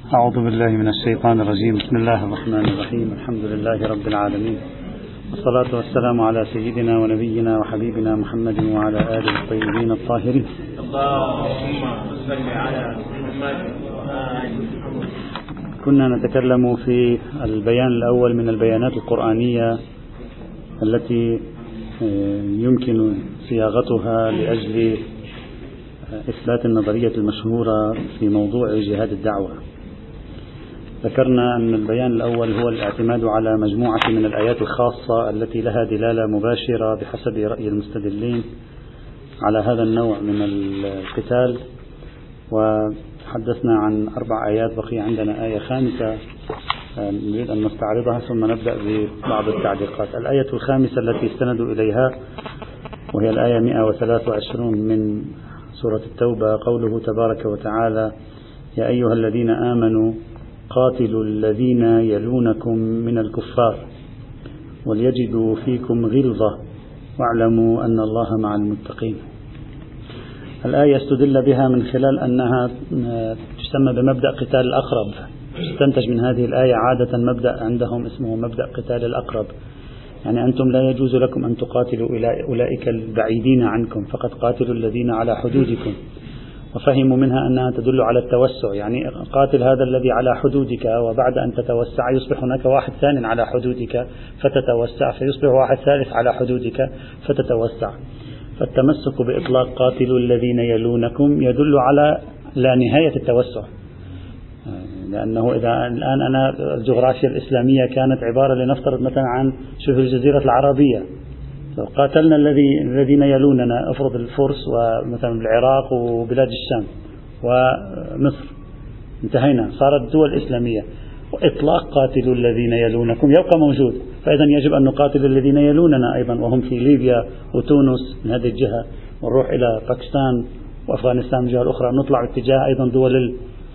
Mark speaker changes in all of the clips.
Speaker 1: أعوذ بالله من الشيطان الرجيم. بسم الله الرحمن الرحيم. الحمد لله رب العالمين، والصلاة والسلام على سيدنا ونبينا وحبيبنا محمد وعلى آله الطيبين الطاهرين. كنا نتكلم في البيان الأول من البيانات القرآنية التي يمكن صياغتها لأجل إثبات النظرية المشهورة في موضوع جهاد الدعوة. ذكرنا أن البيان الأول هو الاعتماد على مجموعة من الآيات الخاصة التي لها دلالة مباشرة بحسب رأي المستدلين على هذا النوع من القتال، وتحدثنا عن 4 آيات، بقي عندنا آية خامسة نريد أن نستعرضها ثم نبدأ ببعض التعليقات. الآية الخامسة التي استندوا إليها وهي الآية 123 من سورة التوبة، قوله تبارك وتعالى: يا أيها الذين آمنوا قاتلوا الذين يلونكم من الكفار وليجدوا فيكم غلظة واعلموا أن الله مع المتقين. الآية استدل بها من خلال أنها تسمى بمبدأ قتال الأقرب. استنتج من هذه الآية عادة مبدأ عندهم اسمه مبدأ قتال الأقرب، يعني أنتم لا يجوز لكم أن تقاتلوا أولئك البعيدين عنكم، فقد قاتلوا الذين على حدودكم. وفهموا منها أنها تدل على التوسع، يعني قاتل هذا الذي على حدودك، وبعد أن تتوسع يصبح هناك واحد ثاني على حدودك فتتوسع، فيصبح واحد ثالث على حدودك فتتوسع. فالتمسك بإطلاق قاتلوا الذين يلونكم يدل على لا نهاية التوسع، لأنه إذا الآن أنا الجغرافيا الإسلامية كانت عبارة لنفترض مثلا عن شبه الجزيرة العربية، لو قاتلنا الذين يلوننا، أفرض الفرس ومثلا العراق وبلاد الشام ومصر، انتهينا، صارت دول إسلامية. وإطلاق قاتلوا الذين يلونكم يبقى موجود، فإذا يجب أن نقاتل الذين يلوننا أيضا، وهم في ليبيا وتونس من هذه الجهة، ونروح إلى باكستان وأفغانستان من الجهة الأخرى، نطلع باتجاه أيضا دول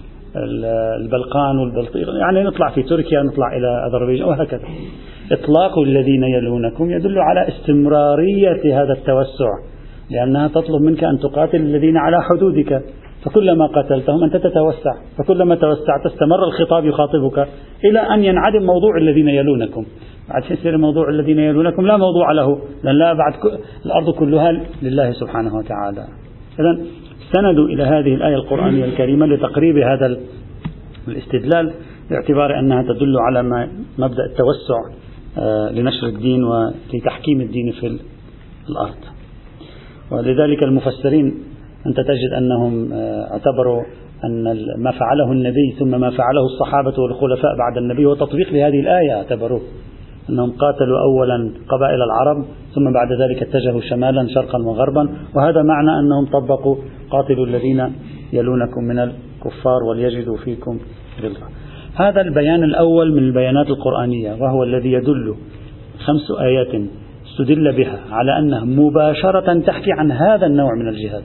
Speaker 1: البلقان والبلطيق، يعني نطلع في تركيا، نطلع إلى أذربيجان وهكذا. إطلاق الذين يلونكم يدل على استمرارية هذا التوسع، لأنها تطلب منك أن تقاتل الذين على حدودك، فكلما قتلتهم أنت تتوسع، فكلما توسعت استمر الخطاب يخاطبك إلى أن ينعدم موضوع الذين يلونكم. بعد يصير موضوع الذين يلونكم لا موضوع له، لأن لا بعد الأرض كلها لله سبحانه وتعالى. إذن استندوا إلى هذه الآية القرآنية الكريمة لتقريب هذا الاستدلال، باعتبار أنها تدل على مبدأ التوسع لنشر الدين ولتحكيم الدين في الأرض. ولذلك المفسرين أنت تجد أنهم اعتبروا أن ما فعله النبي ثم ما فعله الصحابة والخلفاء بعد النبي هو تطبيق لهذه الآية، اعتبروه أنهم قاتلوا أولا قبائل العرب ثم بعد ذلك اتجهوا شمالا شرقا وغربا، وهذا معنى أنهم طبقوا قاتلوا الذين يلونكم من الكفار وليجدوا فيكم غلظة. هذا البيان الأول من البيانات القرآنية، وهو الذي يدل 5 آيات استدل بها على أنها مباشرة تحكي عن هذا النوع من الجهاد،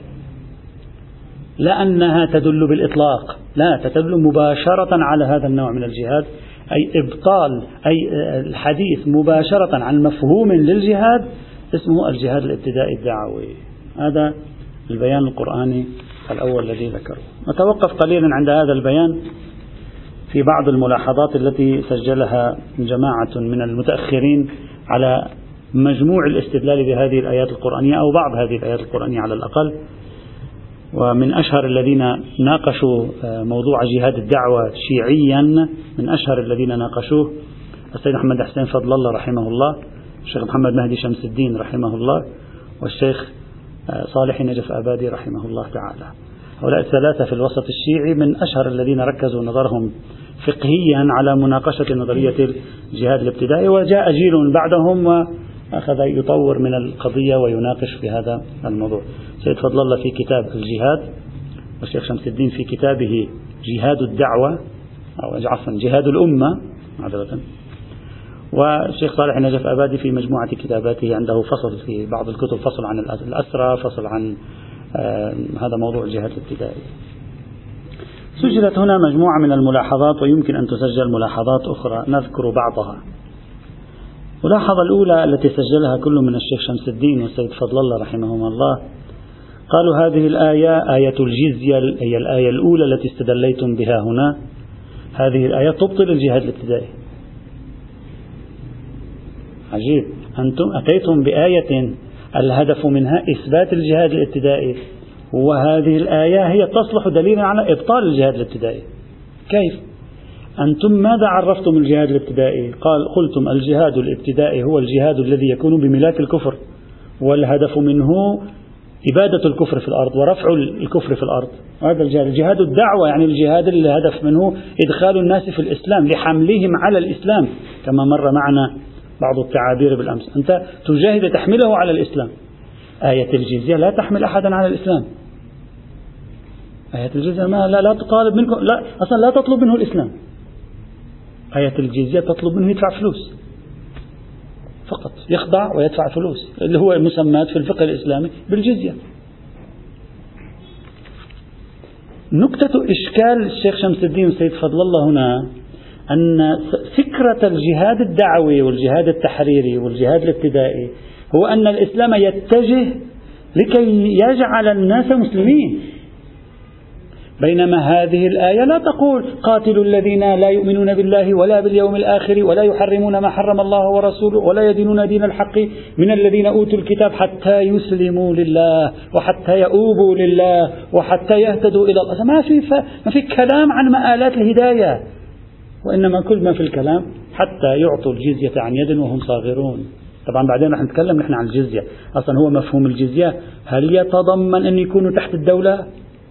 Speaker 1: لا أنها تدل بالإطلاق، لا، تدل مباشرة على هذا النوع من الجهاد، أي إبطال أي الحديث مباشرة عن مفهوم للجهاد اسمه الجهاد الابتدائي الدعوي. هذا البيان القرآني الأول الذي ذكره. نتوقف قليلا عند هذا البيان في بعض الملاحظات التي سجلها جماعة من المتأخرين على مجموع الاستدلال بهذه الآيات القرآنية، أو بعض هذه الآيات القرآنية على الأقل. ومن أشهر الذين ناقشوا موضوع جهاد الدعوة شيعيا، من أشهر الذين ناقشوه السيد محمد حسين فضل الله رحمه الله، الشيخ محمد مهدي شمس الدين رحمه الله، والشيخ صالح نجف آبادي رحمه الله تعالى. هؤلاء الثلاثة في الوسط الشيعي من أشهر الذين ركزوا نظرهم فقهيا على مناقشة نظرية الجهاد الابتدائي، وجاء جيل بعدهم وأخذ يطور من القضية ويناقش في هذا الموضوع. سيد فضل الله في كتاب الجهاد، والشيخ شمس الدين في كتابه جهاد الدعوة، أو عفوا جهاد الأمة معذرة، والشيخ صالح نجف آبادي في مجموعة كتاباته عنده فصل في بعض الكتب، فصل عن الأسرى، فصل عن هذا موضوع الجهاد الابتدائي. سجلت هنا مجموعة من الملاحظات، ويمكن أن تسجل ملاحظات أخرى نذكر بعضها. الملاحظة الأولى التي سجلها كل من الشيخ شمس الدين والسيد فضل الله رحمهما الله، قالوا هذه الآية آية الجزية، هي الآية الأولى التي استدليتم بها هنا، هذه الآية تبطل الجهاد الابتدائي. عجيب، أنتم أتيتم بآية الهدف منها إثبات الجهاد الابتدائي، وهذه الآية هي تصلح دليلا على إبطال الجهاد الابتدائي. كيف؟ أنتم ماذا عرفتم الجهاد الابتدائي؟ قلتم الجهاد الابتدائي هو الجهاد الذي يكون بملاك الكفر، والهدف منه إبادة الكفر في الأرض ورفع الكفر في الأرض. هذا الجهاد، جهاد الدعوة، يعني الجهاد الهدف منه إدخال الناس في الإسلام لحملهم على الإسلام، كما مر معنا بعض التعابير بالأمس. أنت تجاهد تحمله على الإسلام. آية الجزية لا تحمل أحدا على الإسلام. آية الجزية لا تطالب منكم، لا أصلا لا تطلب منه الإسلام. آية الجزية تطلب منه يدفع فلوس فقط، يخضع ويدفع فلوس، اللي هو مسمات في الفقه الإسلامي بالجزية. نقطة إشكال الشيخ شمس الدين والسيد فضل الله هنا أن فكرة الجهاد الدعوي والجهاد التحريري والجهاد الابتدائي هو أن الإسلام يتجه لكي يجعل الناس مسلمين، بينما هذه الآية لا تقول قاتلوا الذين لا يؤمنون بالله ولا باليوم الآخر ولا يحرمون ما حرم الله ورسوله ولا يدينون دين الحق من الذين أوتوا الكتاب حتى يسلموا لله وحتى يؤوبوا لله وحتى يهتدوا إلى الله. ما في كلام عن مآلات الهداية، وإنما كل ما في الكلام حتى يعطوا الجزية عن يد وهم صاغرون. طبعا بعدين رح نتكلم نحن عن الجزية. أصلا هو مفهوم الجزية هل يتضمن أن يكونوا تحت الدولة؟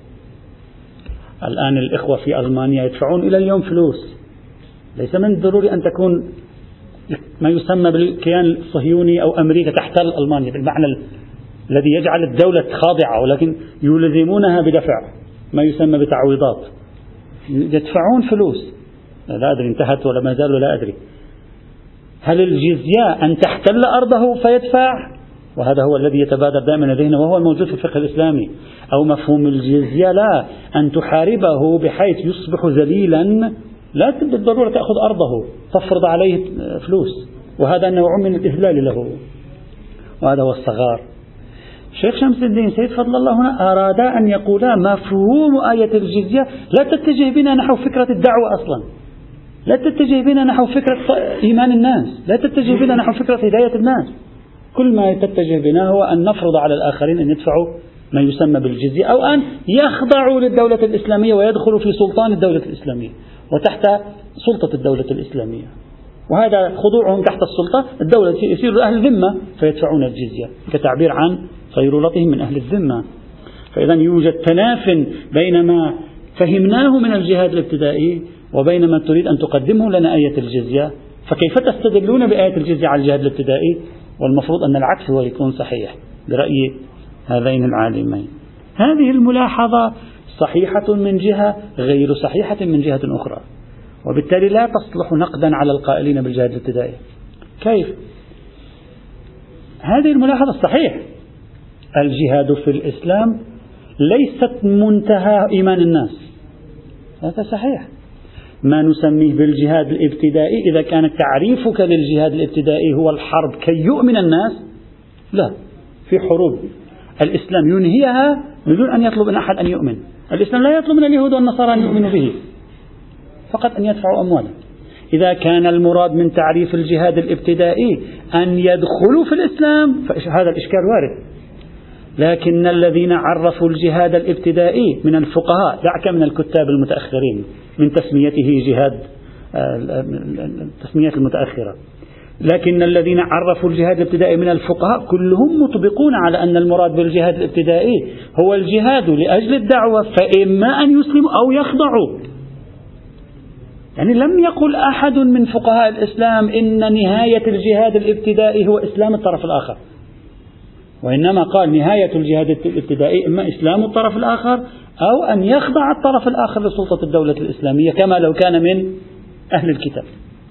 Speaker 1: الآن الإخوة في ألمانيا يدفعون إلى اليوم فلوس، ليس من الضروري أن تكون ما يسمى بالكيان الصهيوني أو أمريكا تحتل ألمانيا بالمعنى الذي يجعل الدولة خاضعة، ولكن يلزمونها بدفع ما يسمى بتعويضات. يدفعون فلوس، لا أدري انتهت ولا ما زال لا أدري. هل الجزية أن تحتل أرضه فيدفع؟ وهذا هو الذي يتبادر دائما ذهنه وهو الموجود في الفقه الإسلامي. أو مفهوم الجزية لا، أن تحاربه بحيث يصبح ذليلا، لا بالضرورة تأخذ أرضه تفرض عليه فلوس، وهذا نوع من الإذلال له، وهذا هو الصغار. شيخ شمس الدين سيد فضل الله هنا أراد أن يقولا مفهوم آية الجزية لا تتجه بنا نحو فكرة الدعوة أصلا، لا تتجه بنا نحو فكرة إيمان الناس، لا تتجه بنا نحو فكرة هداية الناس. كل ما تتجه بنا هو أن نفرض على الآخرين أن يدفعوا ما يسمى بالجزية، أو أن يخضعوا للدولة الإسلامية ويدخلوا في سلطان الدولة الإسلامية وتحت سلطة الدولة الإسلامية، وهذا خضوعهم تحت السلطة الدولة يصير أهل الذمة فيدفعون الجزية كتعبير عن صيرورتهم من أهل الذمة. فإذا يوجد تناف بين ما فهمناه من الجهاد الابتدائي وبين ما تريد أن تقدمه لنا آية الجزية. فكيف تستدلون بآية الجزية على الجهاد الابتدائي والمفروض أن العكس هو يكون صحيح برأي هذين العالمين؟ هذه الملاحظة صحيحة من جهة، غير صحيحة من جهة أخرى، وبالتالي لا تصلح نقدا على القائلين بالجهاد الابتدائي. كيف؟ هذه الملاحظة الصحيح، الجهاد في الإسلام ليست منتهى إيمان الناس، هذا صحيح. ما نسميه بالجهاد الابتدائي إذا كان تعريفك للجهاد الابتدائي هو الحرب كي يؤمن الناس، لا، في حروب الإسلام ينهيها بدون أن يطلب من أحد أن يؤمن. الإسلام لا يطلب من اليهود والنصارى أن يؤمنوا به، فقط أن يدفعوا أموالا. إذا كان المراد من تعريف الجهاد الابتدائي أن يدخلوا في الإسلام فهذا الإشكال وارد. لكن الذين عرفوا الجهاد الابتدائي من الفقهاء، دعك من الكتاب المتأخرين من تسميته جهاد، التسميات المتأخرة، لكن الذين عرفوا الجهاد الابتدائي من الفقهاء كلهم مطبقون على أن المراد بالجهاد الابتدائي هو الجهاد لأجل الدعوة، فإما أن يسلموا أو يخضعوا. يعني لم يقل أحد من فقهاء الإسلام إن نهاية الجهاد الابتدائي هو إسلام الطرف الآخر، وإنما قال نهاية الجهاد الابتدائي إما إسلام الطرف الآخر أو أن يخضع الطرف الآخر لسلطة الدولة الإسلامية كما لو كان من أهل الكتاب.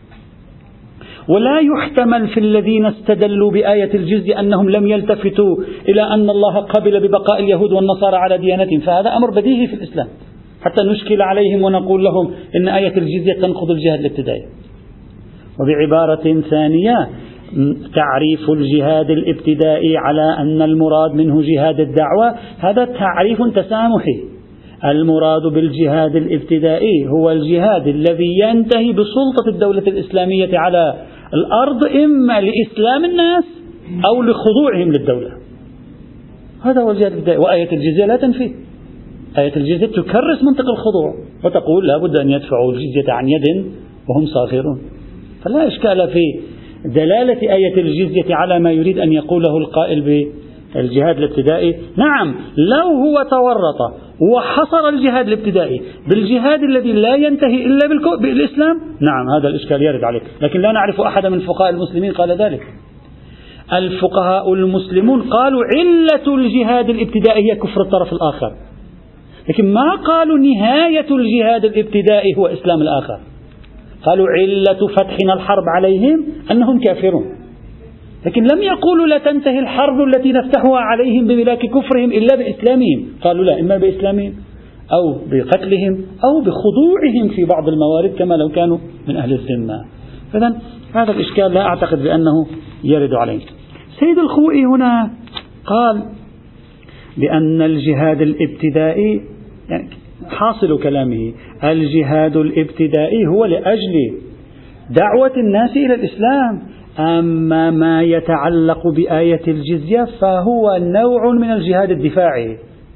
Speaker 1: ولا يحتمل في الذين استدلوا بآية الجزية أنهم لم يلتفتوا إلى أن الله قبل ببقاء اليهود والنصارى على ديانتهم، فهذا أمر بديهي في الإسلام حتى نشكل عليهم ونقول لهم إن آية الجزية تنقض الجهاد الابتدائي. وبعبارة ثانية، تعريف الجهاد الابتدائي على أن المراد منه جهاد الدعوة هذا تعريف تسامحي، المراد بالجهاد الابتدائي هو الجهاد الذي ينتهي بسلطة الدولة الإسلامية على الأرض إما لإسلام الناس أو لخضوعهم للدولة. هذا هو الجهاد الابتدائي. وآية الجزية لا تنفي. آية الجزية تكرس منطق الخضوع وتقول لا بد أن يدفعوا الجزية عن يد وهم صاغرون. فلا إشكال في دلالة آية الجزية على ما يريد أن يقوله القائل بالجهاد الابتدائي. نعم، لو هو تورط وحصر الجهاد الابتدائي بالجهاد الذي لا ينتهي إلا بالإسلام، نعم هذا الإشكال يرد عليه، لكن لا نعرف أحد من فقهاء المسلمين قال ذلك. الفقهاء المسلمون قالوا علة الجهاد الابتدائي هي كفر الطرف الآخر، لكن ما قالوا نهاية الجهاد الابتدائي هو إسلام الآخر. قالوا علة فتحنا الحرب عليهم أنهم كافرون، لكن لم يقولوا لا تنتهي الحرب التي نفتحها عليهم بملاك كفرهم إلا بإسلامهم. قالوا لا، إما بإسلامهم أو بقتلهم أو بخضوعهم في بعض الموارد كما لو كانوا من أهل الذمة. فإذن هذا الإشكال لا أعتقد بأنه يرد عليه. سيد الخوئي هنا قال بأن الجهاد الابتدائي، يعني حاصل كلامه الجهاد الابتدائي هو لأجل دعوة الناس إلى الإسلام، أما ما يتعلق بآية الجزية فهو نوع من الجهاد الدفاعي.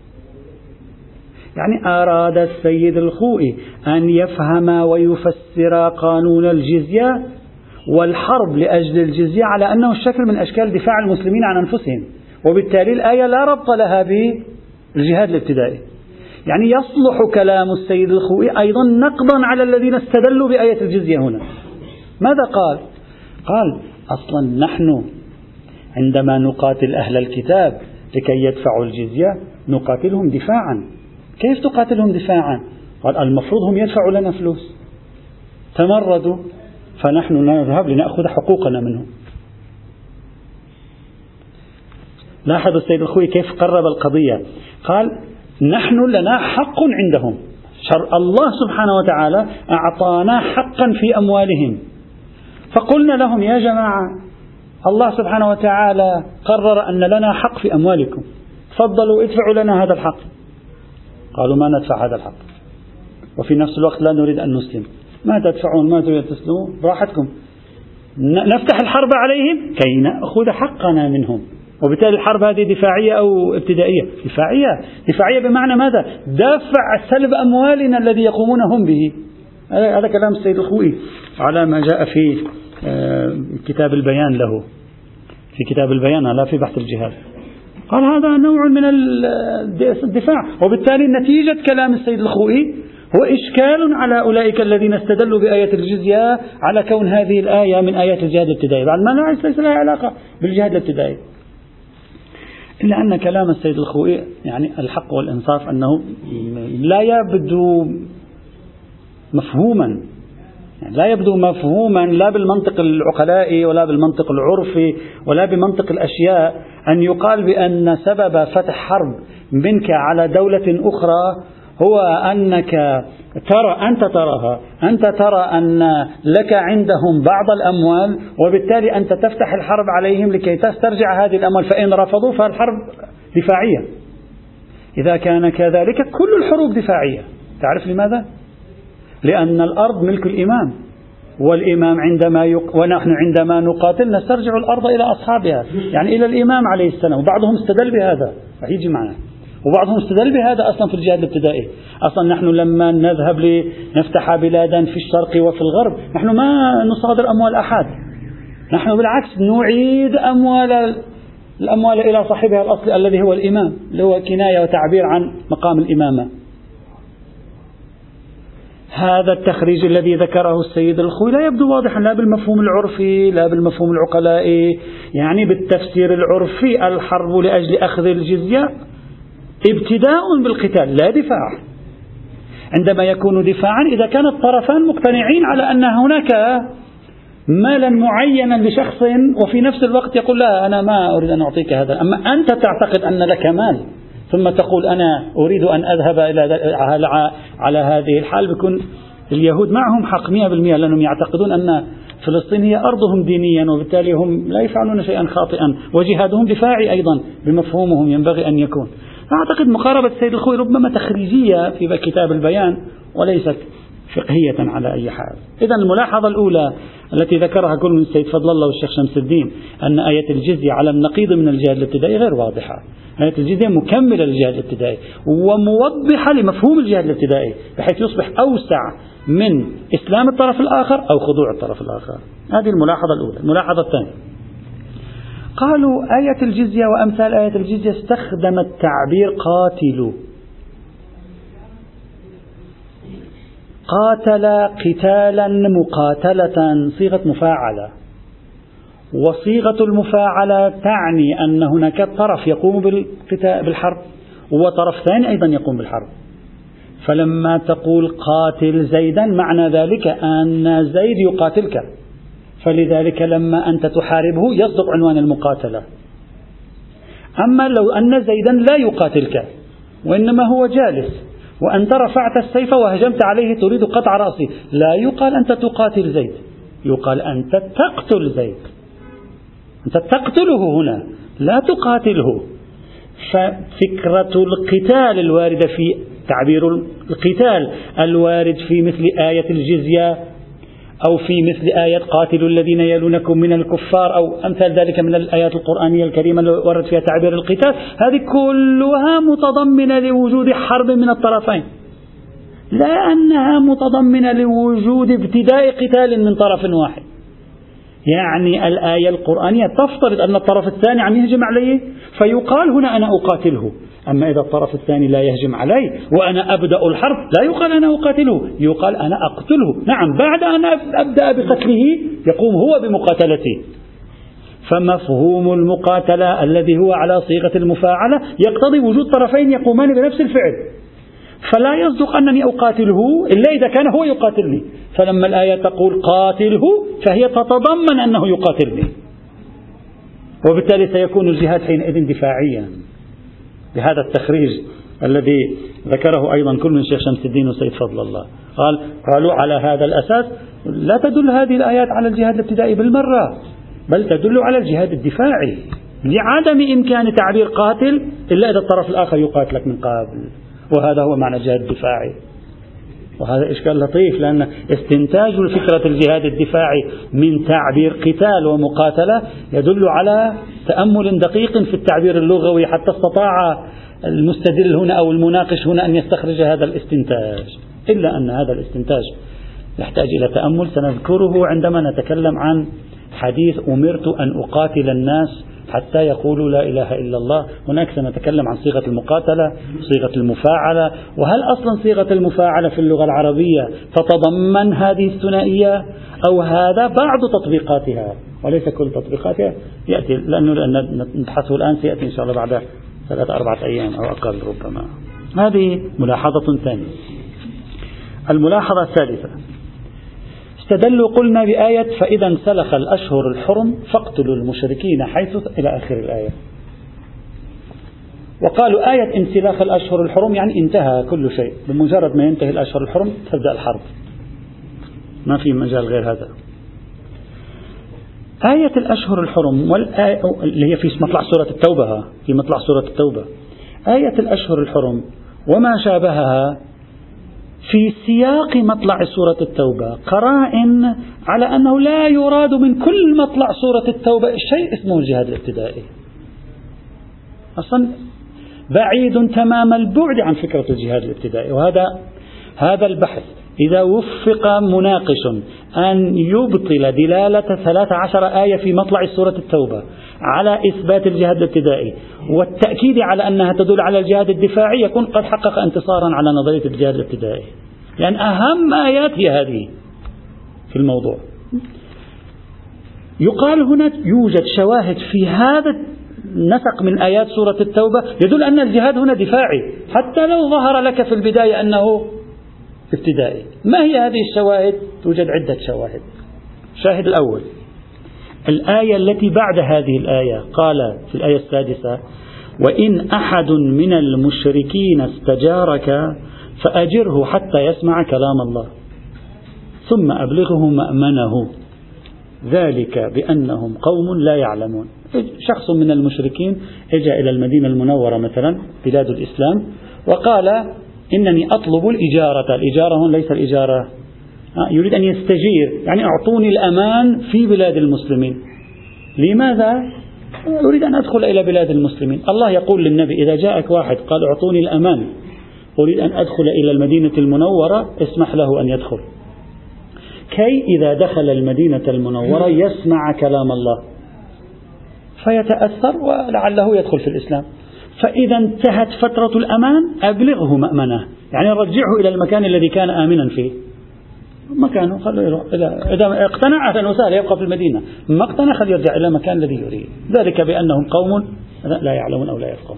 Speaker 1: يعني أراد السيد الخوئي أن يفهم ويفسر قانون الجزية والحرب لأجل الجزية على أنه شكل من أشكال دفاع المسلمين عن أنفسهم، وبالتالي الآية لا ربط لها بالجهاد الابتدائي. يعني يصلح كلام السيد الخوئي أيضا نقضا على الذين استدلوا بآية الجزية هنا. ماذا قال؟ قال أصلا نحن عندما نقاتل أهل الكتاب لكي يدفعوا الجزية نقاتلهم دفاعا. كيف تقاتلهم دفاعا؟ قال المفروض هم يدفعوا لنا فلوس، تمردوا فنحن نذهب لنأخذ حقوقنا منهم. لاحظوا السيد الخوئي كيف قرب القضية. قال نحن لنا حق عندهم، الله سبحانه وتعالى أعطانا حقا في أموالهم، فقلنا لهم يا جماعة الله سبحانه وتعالى قرر أن لنا حق في أموالكم، تفضلوا ادفعوا لنا هذا الحق. قالوا ما ندفع هذا الحق، وفي نفس الوقت لا نريد أن نسلم. ما تدفعون؟ ما تريد تسلموا؟ براحتكم، نفتح الحرب عليهم كي نأخذ حقنا منهم. وبالتالي الحرب هذه دفاعية أو ابتدائية؟ دفاعية بمعنى ماذا؟ دفع سلب أموالنا الذي يقومون هم به. هذا كلام السيد الخوئي على ما جاء في كتاب البيان له، في كتاب البيان لا في بحث الجهاد. قال هذا نوع من الدفاع، وبالتالي نتيجة كلام السيد الخوئي هو إشكال على أولئك الذين استدلوا بآية الجزية على كون هذه الآية من آيات الجهاد الابتدائي، بعد ما ليس لها علاقة بالجهاد الابتدائي. إلا أن كلام السيد الخوئي يعني الحق والإنصاف أنه لا يبدو مفهوما، يعني لا يبدو مفهوما لا بالمنطق العقلائي ولا بالمنطق العرفي ولا بمنطق الأشياء أن يقال بأن سبب فتح حرب منك على دولة أخرى هو أنك أنت ترى أن لك عندهم بعض الأموال، وبالتالي أنت تفتح الحرب عليهم لكي تسترجع هذه الأموال، فإن رفضوا فالحرب دفاعية. إذا كان كذلك كل الحروب دفاعية. تعرف لماذا؟ لأن الأرض ملك الإمام، والإمام ونحن عندما نقاتل نسترجع الأرض إلى أصحابها، يعني إلى الإمام عليه السلام. وبعضهم استدل بهذا رح يجي معنا، وبعضهم استدل بهذا أصلا في الجهاد الابتدائي. أصلا نحن لما نذهب لنفتح بلادا في الشرق وفي الغرب نحن ما نصادر أموال أحد، نحن بالعكس نعيد الأموال إلى صاحبها الأصلي الذي هو الإمام، اللي هو كناية وتعبير عن مقام الإمامة. هذا التخريج الذي ذكره السيد الخوئي لا يبدو واضحا لا بالمفهوم العرفي لا بالمفهوم العقلائي. يعني بالتفسير العرفي الحرب لأجل أخذ الجزية ابتداء بالقتال لا دفاع. عندما يكون دفاعا إذا كان الطرفان مقتنعين على أن هناك مالا معينا لشخص وفي نفس الوقت يقول لا أنا ما أريد أن أعطيك هذا، أما أنت تعتقد أن لك مال ثم تقول أنا أريد أن أذهب على هذه الحال، بيكون اليهود معهم حق 100% لأنهم يعتقدون أن فلسطين هي أرضهم دينيا، وبالتالي هم لا يفعلون شيئا خاطئا، وجهادهم دفاعي أيضا بمفهومهم ينبغي أن يكون. أعتقد مقاربة السيد الخوئي ربما تخريجية في كتاب البيان وليست فقهية على أي حال. إذن الملاحظة الأولى التي ذكرها كل من السيد فضل الله والشيخ شمس الدين أن آية الجزية على النقيض من الجهاد الابتدائي غير واضحة. آية الجزية مكملة للجهاد الابتدائي وموضحة لمفهوم الجهاد الابتدائي بحيث يصبح أوسع من إسلام الطرف الآخر أو خضوع الطرف الآخر. هذه الملاحظة الأولى. الملاحظة الثانية، قالوا آية الجزية وأمثال آية الجزية استخدمت تعبير قاتلوا، قاتل قتالا مقاتلة، صيغة مفاعلة، وصيغة المفاعلة تعني أن هناك طرف يقوم بالحرب وطرف ثاني أيضا يقوم بالحرب. فلما تقول قاتل زيدا معنى ذلك أن زيد يقاتلك، فلذلك لما أنت تحاربه يصدق عنوان المقاتلة. أما لو أن زيدا لا يقاتلك وإنما هو جالس وأنت رفعت السيف وهجمت عليه تريد قطع رأسه، لا يقال أنت تقاتل زيد، يقال أنت تقتل زيد، أنت تقتله هنا لا تقاتله. ففكرة القتال الواردة في تعبير القتال الوارد في مثل آية الجزية أو في مثل آية قاتلوا الذين يلونكم من الكفار أو أمثال ذلك من الآيات القرآنية الكريمة اللي ورد فيها تعبير القتال، هذه كلها متضمنة لوجود حرب من الطرفين، لا أنها متضمنة لوجود ابتداء قتال من طرف واحد. يعني الآية القرآنية تفترض أن الطرف الثاني عم يهجم عليه فيقال هنا أنا أقاتله، أما إذا الطرف الثاني لا يهجم علي وأنا أبدأ الحرب لا يقال أنا أقاتله، يقال أنا أقتله. نعم، بعد أن أبدأ بقتله يقوم هو بمقاتلتي. فمفهوم المقاتلة الذي هو على صيغة المفاعلة يقتضي وجود طرفين يقومان بنفس الفعل، فلا يصدق أنني أقاتله إلا إذا كان هو يقاتلني. فلما الآية تقول قاتله فهي تتضمن أنه يقاتلني، وبالتالي سيكون الجهاد حينئذ دفاعيا بهذا التخريج الذي ذكره أيضا كل من شيخ شمس الدين وسيد فضل الله. قالوا على هذا الأساس لا تدل هذه الآيات على الجهاد الابتدائي بالمرة، بل تدل على الجهاد الدفاعي لعدم إمكان تعبير قاتل إلا إذا الطرف الآخر يقاتلك من قبل، وهذا هو معنى الجهاد الدفاعي. وهذا إشكال لطيف، لأن استنتاج فكرة الجهاد الدفاعي من تعبير قتال ومقاتلة يدل على تأمل دقيق في التعبير اللغوي حتى استطاع المستدل هنا أو المناقش هنا أن يستخرج هذا الاستنتاج، إلا أن هذا الاستنتاج يحتاج إلى تأمل سنذكره عندما نتكلم عن حديث أمرت أن أقاتل الناس حتى يقولوا لا إله إلا الله. هناك سنتكلم عن صيغة المقاتلة، صيغة المفاعلة، وهل أصلا صيغة المفاعلة في اللغة العربية تتضمن هذه الثنائية أو هذا بعض تطبيقاتها وليس كل تطبيقاتها. يأتي لأنه نبحثه الآن، سيأتي إن شاء الله بعد 3-4 أيام أو أقل ربما. هذه ملاحظة ثانية. الملاحظة الثالثة، استدلوا قلنا بآية فإذا انسلخ الأشهر الحرم فاقتلوا المشركين حيث إلى آخر الآية، وقالوا آية انسلاخ الأشهر الحرم يعني انتهى كل شيء، بمجرد ما ينتهي الأشهر الحرم تبدأ الحرب، ما في مجال غير هذا. آية الأشهر الحرم اللي هي في مطلع سورة التوبة، في مطلع سورة التوبة، آية الأشهر الحرم وما شابهها في سياق مطلع سورة التوبة قرائن على أنه لا يراد من كل مطلع سورة التوبة شيء اسمه الجهاد الابتدائي، أصلا بعيد تمام البعد عن فكرة الجهاد الابتدائي. وهذا البحث إذا وفق مناقش أن يبطل دلالة 13 آية في مطلع سورة التوبة على إثبات الجهاد الابتدائي والتأكيد على أنها تدل على الجهاد الدفاعي، يكون قد حقق انتصارا على نظرية الجهاد الابتدائي، لأن أهم آيات هي هذه في الموضوع. يقال هنا يوجد شواهد في هذا النسق من آيات سورة التوبة يدل أن الجهاد هنا دفاعي حتى لو ظهر لك في البداية أنه ابتدائي. ما هي هذه الشواهد؟ توجد عدة شواهد. الشاهد الأول الآية التي بعد هذه الآية، قال في الآية 6: وإن أحد من المشركين استجارك فأجره حتى يسمع كلام الله ثم أبلغه مأمنه ذلك بأنهم قوم لا يعلمون. شخص من المشركين جاء إلى المدينة المنورة مثلا بلاد الإسلام وقال إنني أطلب الإجارة هون ليس الإجارة، يريد أن يستجير، يعني أعطوني الأمان في بلاد المسلمين. لماذا؟ أريد أن أدخل إلى بلاد المسلمين. الله يقول للنبي إذا جاءك واحد قال أعطوني الأمان، أريد أن أدخل إلى المدينة المنورة، اسمح له أن يدخل، كي إذا دخل المدينة المنورة يسمع كلام الله فيتأثر ولعله يدخل في الإسلام. فإذا انتهت فترة الأمان أبلغه مأمنه، يعني رجعه إلى المكان الذي كان آمنا فيه، مكانه خليه يروح. إذا اقتنع أهلا وسهلا يبقى في المدينة، ما اقتنع خليه يرجع إلى المكان الذي يريد، ذلك بأنهم قوم لا يعلمون أو لا يفقهون.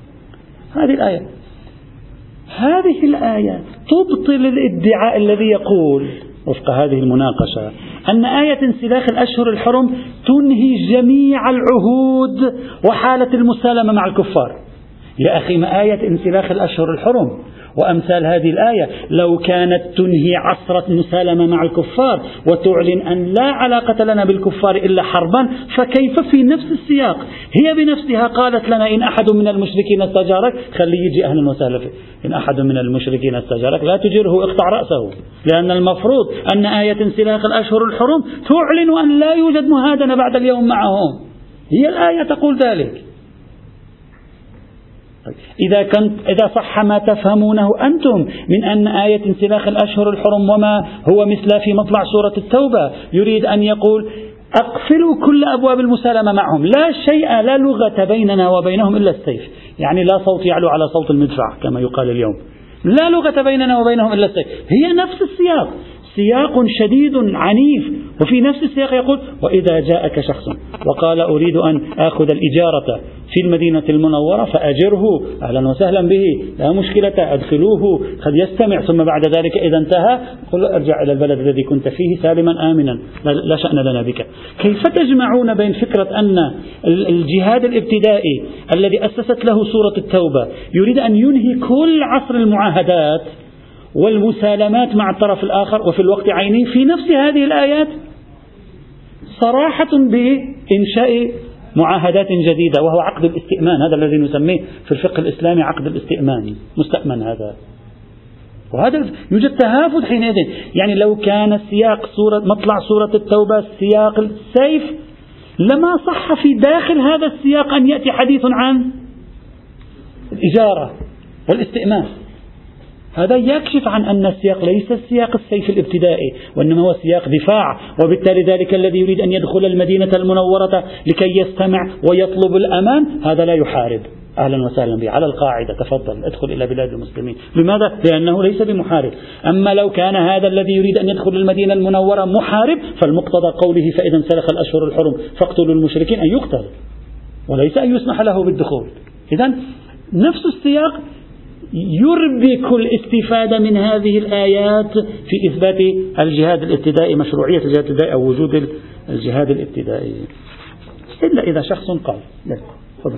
Speaker 1: هذه الآية تبطل الادعاء الذي يقول وفق هذه المناقشة أن آية انسلاخ الأشهر الحرم تنهي جميع العهود وحالة المسالمة مع الكفار. يا أخي، ما آية انسلاخ الأشهر الحرم وأمثال هذه الآية لو كانت تنهي عصرة مسالمة مع الكفار وتعلن أن لا علاقة لنا بالكفار إلا حربا، فكيف في نفس السياق هي بنفسها قالت لنا إن أحد من المشركين استجارك خليه يجي أهلا وسهلا فيه، إن أحد من المشركين استجارك لا تجره اقطع رأسه، لأن المفروض أن آية انسلاخ الأشهر الحرم تعلن أن لا يوجد مهادنة بعد اليوم معهم، هي الآية تقول ذلك. إذا صح ما تفهمونه أنتم من أن آية انسلاخ الأشهر الحرم وما هو مثل في مطلع سورة التوبة يريد أن يقول أقفلوا كل أبواب المسالمة معهم، لا شيء، لا لغة بيننا وبينهم إلا السيف، يعني لا صوت يعلو على صوت المدفع كما يقال اليوم، لا لغة بيننا وبينهم إلا السيف، هي نفس السياق، سياق شديد عنيف، وفي نفس السياق يقول وإذا جاءك شخص وقال أريد أن أخذ الإجارة في المدينة المنورة فأجره أهلا وسهلا به، لا مشكلة، أدخلوه قد يستمع، ثم بعد ذلك إذا انتهى قل ارجع إلى البلد الذي كنت فيه سالما آمنا لا شأن لنا بك. كيف تجمعون بين فكرة أن الجهاد الابتدائي الذي أسست له سورة التوبة يريد أن ينهي كل عصر المعاهدات والمسالمات مع الطرف الآخر، وفي الوقت عينه في نفس هذه الآيات صراحة بإنشاء معاهدات جديدة وهو عقد الاستئمان، هذا الذي نسميه في الفقه الإسلامي عقد الاستئمان، مستأمن هذا، وهذا يوجد تهافت حينئذ. يعني لو كان سياق مطلع سورة التوبة سياق السيف لما صح في داخل هذا السياق أن يأتي حديث عن الإجارة والاستئمان. هذا يكشف عن أن السياق ليس السياق السيف الابتدائي، وإنما هو سياق دفاع، وبالتالي ذلك الذي يريد أن يدخل المدينة المنورة لكي يستمع ويطلب الأمان هذا لا يحارب، أهلا وسهلا به على القاعدة، تفضل ادخل إلى بلاد المسلمين. لماذا؟ لأنه ليس بمحارب. أما لو كان هذا الذي يريد أن يدخل المدينة المنورة محارب فالمقتضى قوله فإذا انسلخ الأشهر الحرم فاقتلوا المشركين أن يقتل وليس أن يسمح له بالدخول. إذن نفس السياق يربك الاستفادة من هذه الآيات في إثبات الجهاد الابتدائي، مشروعية الجهاد الابتدائي أو وجود الجهاد الابتدائي، إلا إذا شخص قال لا. تفضل.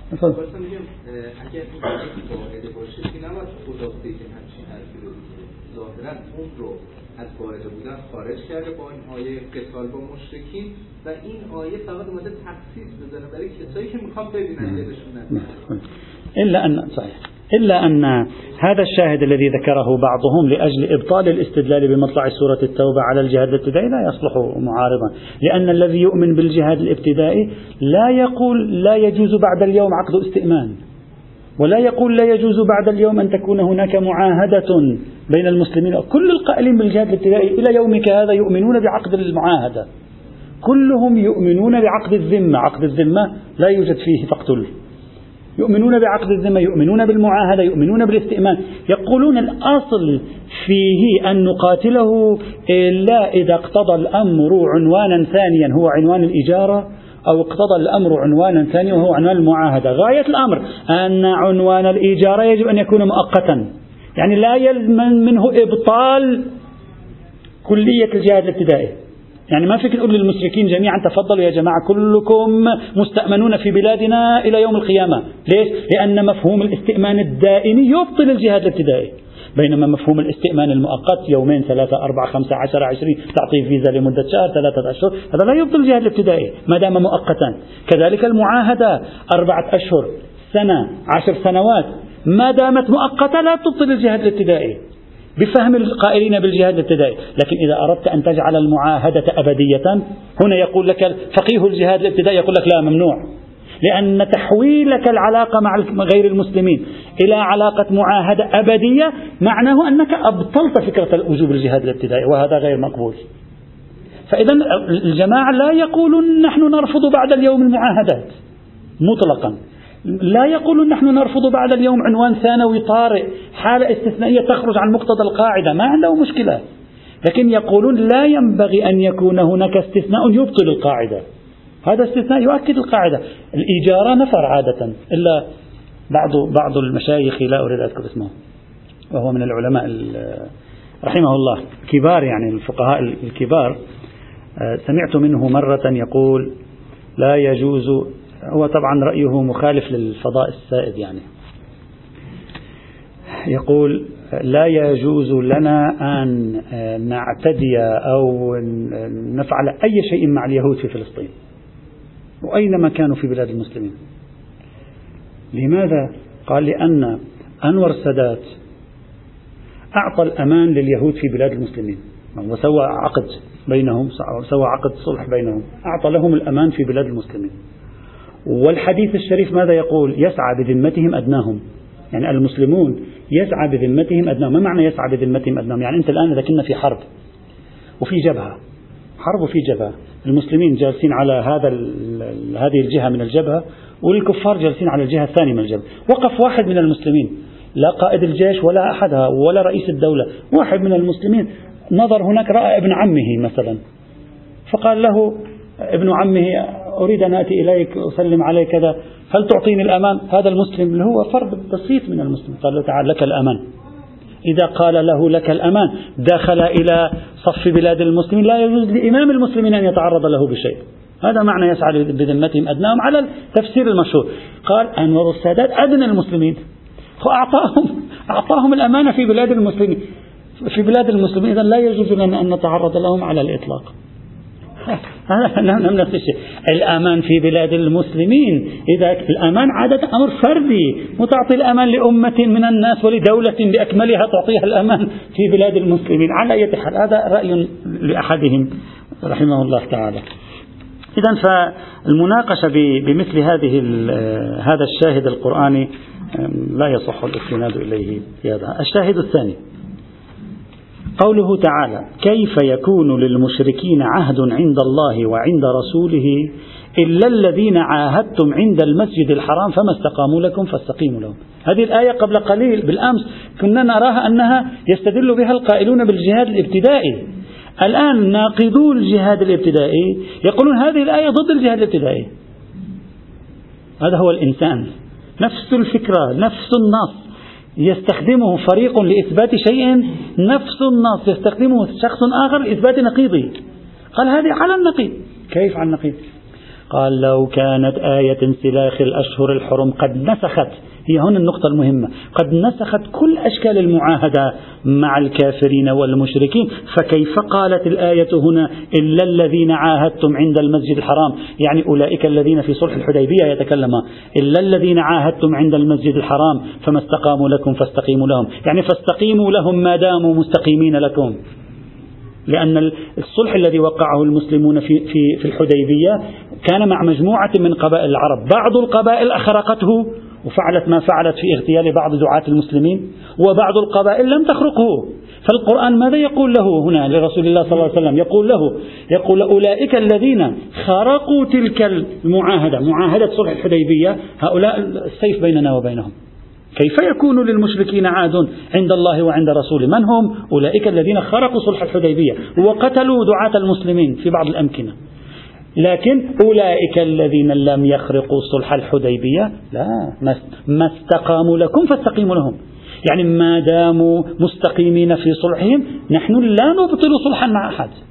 Speaker 2: از وارده بودن خارج کرده با این آیه قتال با مشرکین و این آیه فقط اومده تخصیص بزنه برای کسایی که میخوان ببینن دلشون
Speaker 1: إلا أن هذا الشاهد الذي ذكره بعضهم لأجل إبطال الاستدلال بمطلع سورة التوبة على الجهاد الابتدائي لا يصلح معارضا، لأن الذي يؤمن بالجهاد الابتدائي لا يقول لا يجوز بعد اليوم عقد استئمان، ولا يقول لا يجوز بعد اليوم أن تكون هناك معاهدة بين المسلمين. كل القائلين بالجهاد الابتدائي إلى يومك هذا يؤمنون بعقد المعاهدة، كلهم يؤمنون بعقد الذمة، عقد الذمة لا يوجد فيه فقتل، يؤمنون بعقد الذمة، يؤمنون بالمعاهدة، يؤمنون بالاستئمان. يقولون الأصل فيه أن نقاتله إلا إذا اقتضى الأمر عنوانا ثانيا هو عنوان الإجارة، أو اقتضى الأمر عنوانا ثانيا وهو عنوان المعاهدة. غاية الأمر أن عنوان الإجارة يجب أن يكون مؤقتا، يعني لا يلزم منه إبطال كلية الجهاد الابتدائي، يعني ما فيك نقول للمشركين جميعا تفضلوا يا جماعة كلكم مستأمنون في بلادنا إلى يوم القيامة. ليش؟ لأن مفهوم الاستئمان الدائمي يبطل الجهاد الابتدائي، بينما مفهوم الاستئمان المؤقت يومين 3 4 5 10 20 تعطيه فيزا لمدة شهر 3 أشهر هذا لا يبطل الجهاد الابتدائي ما دام مؤقتا. كذلك المعاهدة 4 أشهر سنة 10 سنوات ما دامت مؤقتة لا تبطل الجهاد الابتدائي بفهم القائلين بالجهاد الابتدائي. لكن إذا أردت أن تجعل المعاهدة أبدية هنا يقول لك فقيه الجهاد الابتدائي يقول لك لا ممنوع، لأن تحويلك العلاقة مع غير المسلمين إلى علاقة معاهدة أبدية معناه أنك أبطلت فكرة وجوب الجهاد الابتدائي وهذا غير مقبول. فإذا الجماعة لا يقولون نحن نرفض بعد اليوم المعاهدات مطلقا، لا يقولون نحن نرفض بعد اليوم عنوان ثانوي طارئ حالة استثنائية تخرج عن مقتضى القاعدة ما عنده مشكلة، لكن يقولون لا ينبغي أن يكون هناك استثناء يبطل القاعدة، هذا استثناء يؤكد القاعدة. الإجارة نفر عادة إلا بعض المشايخ لا أريد أذكر اسمه وهو من العلماء رحمه الله كبار يعني الفقهاء الكبار، سمعت منه مرة يقول لا يجوز، هو طبعا رأيه مخالف للفضاء السائد يعني، يقول لا يجوز لنا أن نعتدي أو نفعل أي شيء مع اليهود في فلسطين وأينما كانوا في بلاد المسلمين. لماذا؟ قال لأن أنور السادات أعطى الأمان لليهود في بلاد المسلمين وسوى عقد بينهم، سوى عقد صلح بينهم، أعطى لهم الأمان في بلاد المسلمين. والحديث الشريف ماذا يقول؟ يسعى بذمتهم أدناهم، يعني المسلمون يسعى بذمتهم أدناهم. ما معنى يسعى بذمتهم أدناهم؟ يعني أنت الآن إذا كنا في حرب وفي جبهة، حرب وفي جبهة، المسلمين جالسين على هذه الجهة من الجبهة والكفار جالسين على الجهة الثانية من الجبهة، وقف واحد من المسلمين لا قائد الجيش ولا أحدها ولا رئيس الدولة، واحد من المسلمين نظر هناك رأى ابن عمه مثلا فقال له ابن عمه أريد أن أتي إليك أسلم عليك كذا هل تعطيني الأمان؟ هذا المسلم اللي هو فرد بسيط من المسلم قال له تعال لك الأمان. إذا قال له لك الأمان دخل إلى صف بلاد المسلمين، لا يجوز لإمام المسلمين أن يتعرض له بشيء. هذا معنى يسعى بذمتهم أدناهم على التفسير المشهور. قال أنور السادات أدنى المسلمين أعطاهم الأمانة في بلاد المسلمين، في بلاد المسلمين، إذن لا يجوز لنا أن نتعرض لهم على الإطلاق. هذا نفس الشيء. الأمان في بلاد المسلمين، إذا الأمان عادة أمر فردي، متعطي الأمان لأمة من الناس ولدولة بأكملها تعطيها الأمان في بلاد المسلمين على أي حال. هذا رأي لأحدهم رحمه الله تعالى. إذن فالمناقشة بمثل هذا الشاهد القرآني لا يصح الاستناد إليه في هذا. الشاهد الثاني قوله تعالى كيف يكون للمشركين عهد عند الله وعند رسوله إلا الذين عاهدتم عند المسجد الحرام فما استقاموا لكم فاستقيموا لهم. هذه الآية قبل قليل بالأمس كنا نراها أنها يستدل بها القائلون بالجهاد الابتدائي، الآن ناقضو الجهاد الابتدائي يقولون هذه الآية ضد الجهاد الابتدائي. هذا هو الإنسان، نفس الفكرة نفس النص يستخدمه فريق لإثبات شيء، نفس النص يستخدمه شخص آخر لإثبات نقيضه. قال هذه على النقيض. كيف على النقيض؟ قال لو كانت آية انسلاخ الأشهر الحرم قد نسخت، هي هنا النقطة المهمة، قد نسخت كل أشكال المعاهدة مع الكافرين والمشركين، فكيف قالت الآية هنا إلا الذين عاهدتم عند المسجد الحرام، يعني أولئك الذين في صلح الحديبية يتكلم إلا الذين عاهدتم عند المسجد الحرام فما استقاموا لكم فاستقيموا لهم، يعني فاستقيموا لهم ما داموا مستقيمين لكم. لأن الصلح الذي وقعه المسلمون في الحديبية كان مع مجموعة من قبائل العرب، بعض القبائل أخرقته وفعلت ما فعلت في اغتيال بعض دعاة المسلمين، وبعض القبائل لم تخرقه. فالقرآن ماذا يقول له هنا لرسول الله صلى الله عليه وسلم؟ يقول أولئك الذين خرقوا تلك المعاهدة، معاهدة صلح الحديبية، هؤلاء السيف بيننا وبينهم. كيف يكون للمشركين عهد عند الله وعند رسوله؟ من هم؟ أولئك الذين خرقوا صلح الحديبية وقتلوا دعاة المسلمين في بعض الأمكنة. لكن أولئك الذين لم يخرقوا صلح الحديبية لا، ما استقاموا لكم فاستقيموا لهم، يعني ما داموا مستقيمين في صلحهم نحن لا نبطل صلحا مع أحد،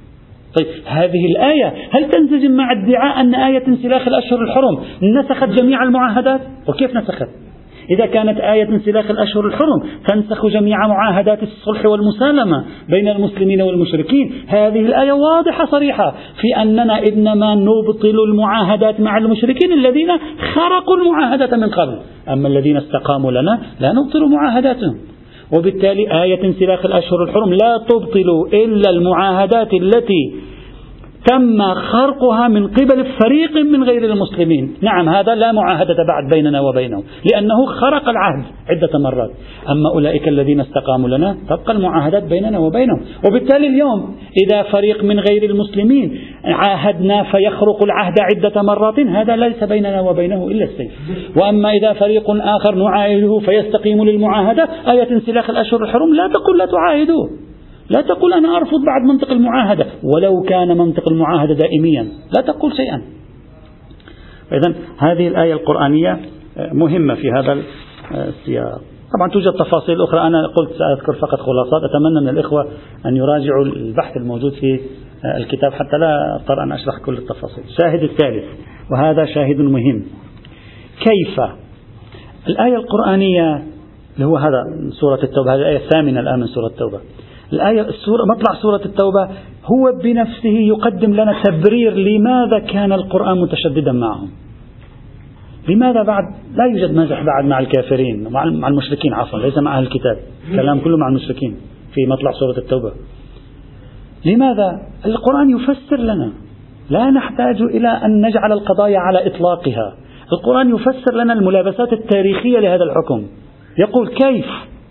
Speaker 1: طيب هذه الآية هل تنسجم مع ادعاء أن آية انسلاخ الأشهر الحرم نسخت جميع المعاهدات؟ وكيف نسخت؟ إذا كانت آية انسلاخ الأشهر الحرم تنسخ جميع معاهدات الصلح والمسالمة بين المسلمين والمشركين، هذه الآية واضحة صريحة في أننا إنما نبطل المعاهدات مع المشركين الذين خرقوا المعاهدة من قبل، أما الذين استقاموا لنا لا نبطل معاهداتهم. وبالتالي آية انسلاخ الأشهر الحرم لا تبطل إلا المعاهدات التي تم خرقها من قبل فريق من غير المسلمين. نعم هذا لا معاهدة بعد بيننا وبينهم لأنه خرق العهد عدة مرات، أما أولئك الذين استقاموا لنا تبقى المعاهدات بيننا وبينهم. وبالتالي اليوم إذا فريق من غير المسلمين عاهدنا فيخرق العهد عدة مرات هذا ليس بيننا وبينه إلا السيف. وأما إذا فريق آخر نعاهده فيستقيم للمعاهدة، آية انسلاخ الأشهر الحرم لا تقول لا تعاهدوه، لا تقول أنا أرفض بعد منطق المعاهدة ولو كان منطق المعاهدة دائميا، لا تقول شيئا. إذن هذه الآية القرآنية مهمة في هذا السياق. طبعا توجد تفاصيل أخرى، أنا قلت سأذكر فقط خلاصات، أتمنى من الإخوة أن يراجعوا البحث الموجود في الكتاب حتى لا أضطر أن أشرح كل التفاصيل. الشاهد الثالث وهذا شاهد مهم، كيف الآية القرآنية اللي هو هذا سورة التوبة، هذه الآية الثامنة الآن من سورة التوبة، مطلع سورة التوبة هو بنفسه يقدم لنا تبرير لماذا كان القرآن متشددا معهم. لماذا بعد لا يوجد مزح بعد مع الكافرين مع المشركين، عفوا ليس مع أهل الكتاب، كلام كله مع المشركين في مطلع سورة التوبة. لماذا؟ القرآن يفسر لنا، لا نحتاج إلى أن نجعل القضايا على إطلاقها. القرآن يفسر لنا الملابسات التاريخية لهذا الحكم. يقول كيف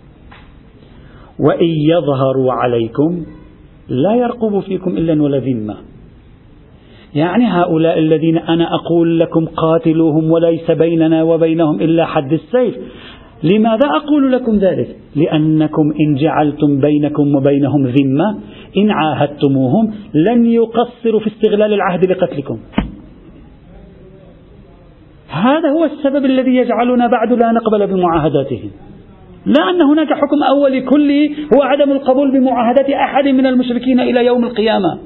Speaker 1: وإن يظهروا عليكم لا يرقبوا فيكم إلا ولا ذمة. يعني هؤلاء الذين أنا أقول لكم قاتلوهم وليس بيننا وبينهم إلا حد السيف، لماذا أقول لكم ذلك؟ لأنكم إن جعلتم بينكم وبينهم ذمة إن عاهدتموهم لن يقصروا في استغلال العهد لقتلكم. هذا هو السبب الذي يجعلنا بعد لا نقبل بمعاهداتهم، لا أن هناك حكم أولي كلي هو عدم القبول بمعاهدة أحد من المشركين إلى يوم القيامة.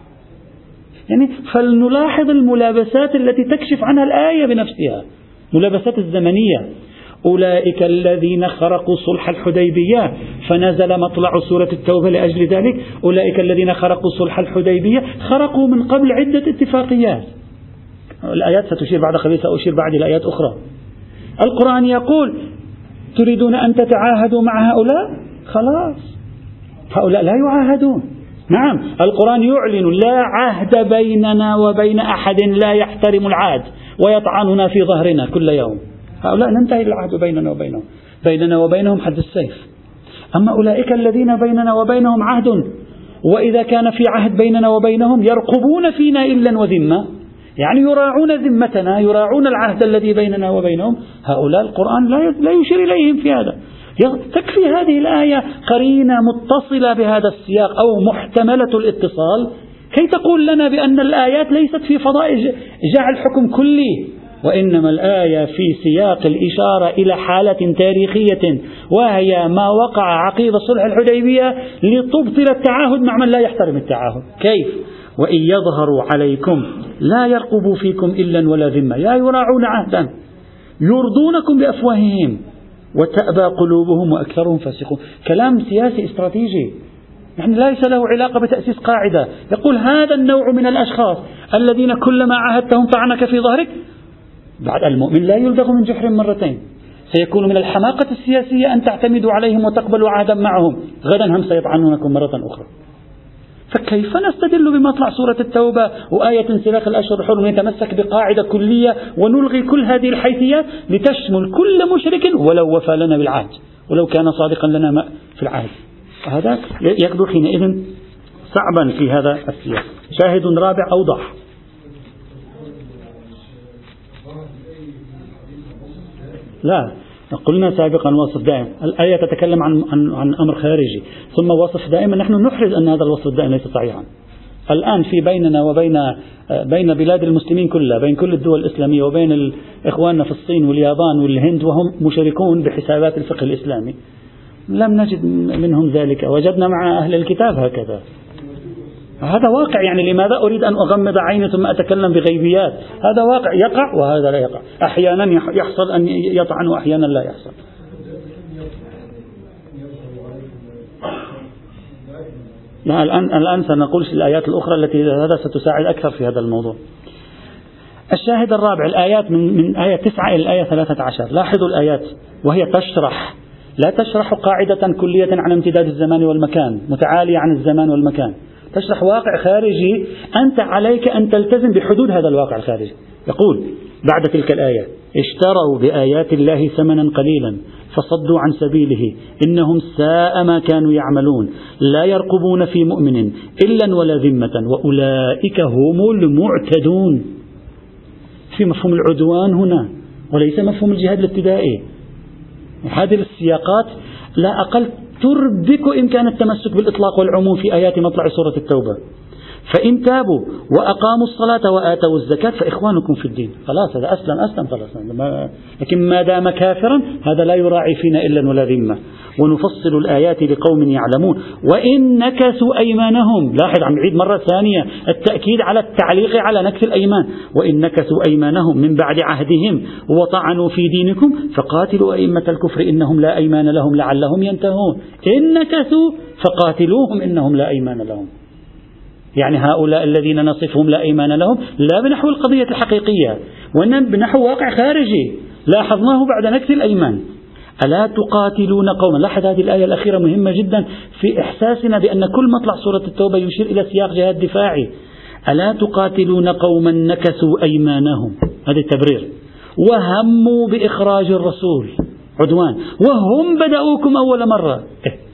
Speaker 1: يعني فلنلاحظ الملابسات التي تكشف عنها الآية بنفسها، ملابسات الزمنية. أولئك الذين خرقوا صلح الحديبية فنزل مطلع سورة التوبة لأجل ذلك. أولئك الذين خرقوا صلح الحديبية خرقوا من قبل عدة اتفاقيات. الآيات ستشير بعد قليل، سأشير بعد الآيات أخرى. القرآن يقول تريدون أن تتعاهدوا مع هؤلاء؟ خلاص هؤلاء لا يعاهدون. نعم القرآن يعلن لا عهد بيننا وبين أحد لا يحترم العهد ويطعننا في ظهرنا كل يوم. هؤلاء ننتهي العهد بيننا وبينهم، بيننا وبينهم حد السيف. أما أولئك الذين بيننا وبينهم عهد، وإذا كان في عهد بيننا وبينهم يرقبون فينا إلا وذمة، يعني يراعون ذمتنا، يراعون العهد الذي بيننا وبينهم، هؤلاء القرآن لا يشير إليهم في هذا. تكفي هذه الآية قرينة متصلة بهذا السياق أو محتملة الاتصال كي تقول لنا بأن الآيات ليست في فضاء جعل حكم كلي، وإنما الآية في سياق الإشارة إلى حالة تاريخية وهي ما وقع عقيب صلح الحديبية لتبطل التعاهد مع من لا يحترم التعاهد. كيف؟ وإن يظهروا عليكم لا يرقبوا فيكم إلا ولا ذمة، لا يراعون عهدا، يرضونكم بأفواههم وتأبى قلوبهم وأكثرهم فاسقون. كلام سياسي استراتيجي، يعني ليس له علاقة بتأسيس قاعدة. يقول هذا النوع من الأشخاص الذين كلما عاهدتهم طعنك في ظهرك، بعد المؤمن لا يلدغ من جحر مرتين. سيكون من الحماقة السياسية أن تعتمدوا عليهم وتقبلوا عهدا معهم، غدا هم سيطعنونكم مرة أخرى. فكيف نستدل بمطلع سورة التوبة وآية انسلاخ الأشهر الحرم نتمسك بقاعدة كلية ونلغي كل هذه الحيثيات لتشمل كل مشرك ولو وفى لنا بالعهد ولو كان صادقا لنا في العهد؟ هذا يقدر حينئذ صعبا في هذا السياق. شاهد رابع أوضح. لا، قلنا سابقا وصف دائم، الآية تتكلم عن أمر خارجي ثم وصف دائما، نحن نحرز أن هذا الوصف الدائم ليس صحيحا. الآن في بيننا بين بلاد المسلمين كلها، بين كل الدول الإسلامية وبين إخواننا في الصين واليابان والهند وهم مشاركون بحسابات الفقه الإسلامي، لم نجد منهم ذلك. وجدنا مع أهل الكتاب هكذا، هذا واقع، يعني لماذا أريد أن أغمض عيني ثم أتكلم بغيبيات؟ هذا واقع يقع وهذا لا يقع، أحيانا يحصل أن يطعن وأحيانا لا يحصل. لا الآن سنقول في الآيات الأخرى التي هذا ستساعد أكثر في هذا الموضوع. الشاهد الرابع، الآيات من آية 9 إلى الآية 13. لاحظوا الآيات وهي تشرح، لا تشرح قاعدة كلية عن امتداد الزمان والمكان، متعالية عن الزمان والمكان، تشرح واقع خارجي أنت عليك أن تلتزم بحدود هذا الواقع الخارجي. يقول بعد تلك الآية: اشتروا بآيات الله ثمنا قليلا فصدوا عن سبيله إنهم ساء ما كانوا يعملون لا يرقبون في مؤمن إلا ولا ذمة وأولئك هم المعتدون. في مفهوم العدوان هنا وليس مفهوم الجهاد الابتدائي. هذه السياقات لا أقل تربك إمكان التمسك بالإطلاق والعموم في آيات مطلع سورة التوبة. فإن تابوا وأقاموا الصلاة وآتوا الزكاة فإخوانكم في الدين. خلاص هذا أسلم خلاص. لكن ما دام كافرا هذا لا يراعي فينا إلا ولا ذمة. ونفصل الآيات لقوم يعلمون وإن نكثوا أيمانهم. لاحظ عم يعيد مرة ثانية التأكيد على التعليق على نكث الأيمان. وإن نكثوا أيمانهم من بعد عهدهم وطعنوا في دينكم فقاتلوا أئمة الكفر إنهم لا أيمان لهم لعلهم ينتهون. إن نكثوا فقاتلوهم إنهم لا أيمان لهم. يعني هؤلاء الذين نصفهم لا إيمان لهم لا بنحو القضية الحقيقية وإنما بنحو واقع خارجي لاحظناه بعد نكث الأيمان. ألا تقاتلون قوما. لاحظ هذه الآية الأخيرة مهمة جدا في إحساسنا بأن كل مطلع سورة التوبة يشير إلى سياق جهاد دفاعي. ألا تقاتلون قوما نكثوا أيمانهم، هذا التبرير، وهموا بإخراج الرسول، عدوان، وهم بدأوكم أول مرة.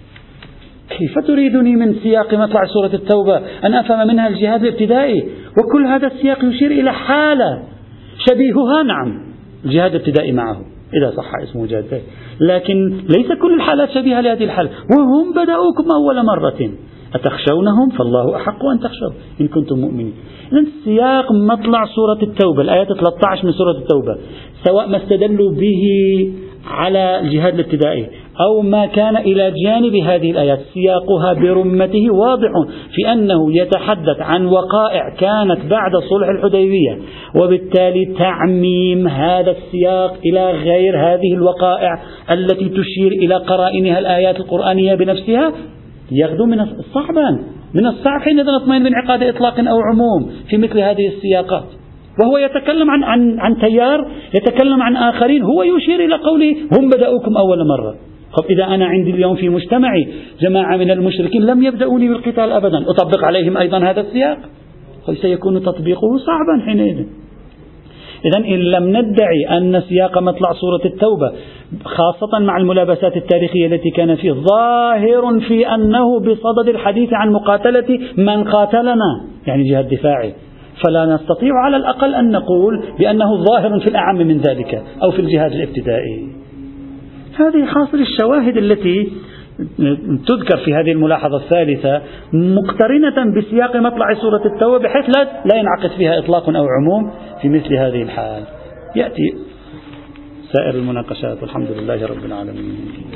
Speaker 1: كيف تريدني من سياق مطلع سورة التوبة أن أفهم منها الجهاد الابتدائي؟ وكل هذا السياق يشير إلى حالة شبيهها، نعم الجهاد الابتدائي معه إذا صح اسمه جهاد، لكن ليس كل الحالات شبيهة لهذه الحالة. وهم بدأوكم أول مرة أتخشونهم فالله أحق أن تخشوا إن كنتم مؤمنين. إذن سياق مطلع سورة التوبة الآيات 13 من سورة التوبة سواء ما استدلوا به على الجهاد الابتدائي أو ما كان إلى جانب هذه الآيات، سياقها برمته واضح في أنه يتحدث عن وقائع كانت بعد صلح الحديبية، وبالتالي تعميم هذا السياق إلى غير هذه الوقائع التي تشير إلى قرائنها الآيات القرآنية بنفسها يغدو من الصعب حين نطمئن بانعقاد إطلاق أو عموم في مثل هذه السياقات. وهو يتكلم عن تيار، يتكلم عن آخرين، هو يشير إلى قوله هم بدأوكم أول مرة. طب إذا أنا عندي اليوم في مجتمعي جماعة من المشركين لم يبدأوني بالقتال أبدا، أطبق عليهم أيضا هذا السياق؟ سيكون تطبيقه صعبا حينئذ. إذن إن لم ندعي أن سياق مطلع سورة التوبة خاصة مع الملابسات التاريخية التي كان فيه ظاهر في أنه بصدد الحديث عن مقاتلة من قاتلنا، يعني جهاد دفاعي، فلا نستطيع على الأقل أن نقول بأنه ظاهر في الأعم من ذلك أو في الجهاد الابتدائي. هذه حاصل الشواهد التي تذكر في هذه الملاحظة الثالثة مقترنة بسياق مطلع سورة التوبة بحيث لا ينعقد فيها إطلاق أو عموم في مثل هذه الحال. يأتي سائر المناقشات والحمد لله رب العالمين.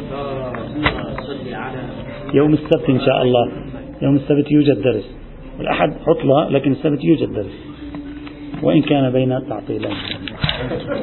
Speaker 1: يوم السبت إن شاء الله، يوم السبت يوجد درس، الأحد عطلة لكن السبت يوجد درس وإن كان بين تعطيلين.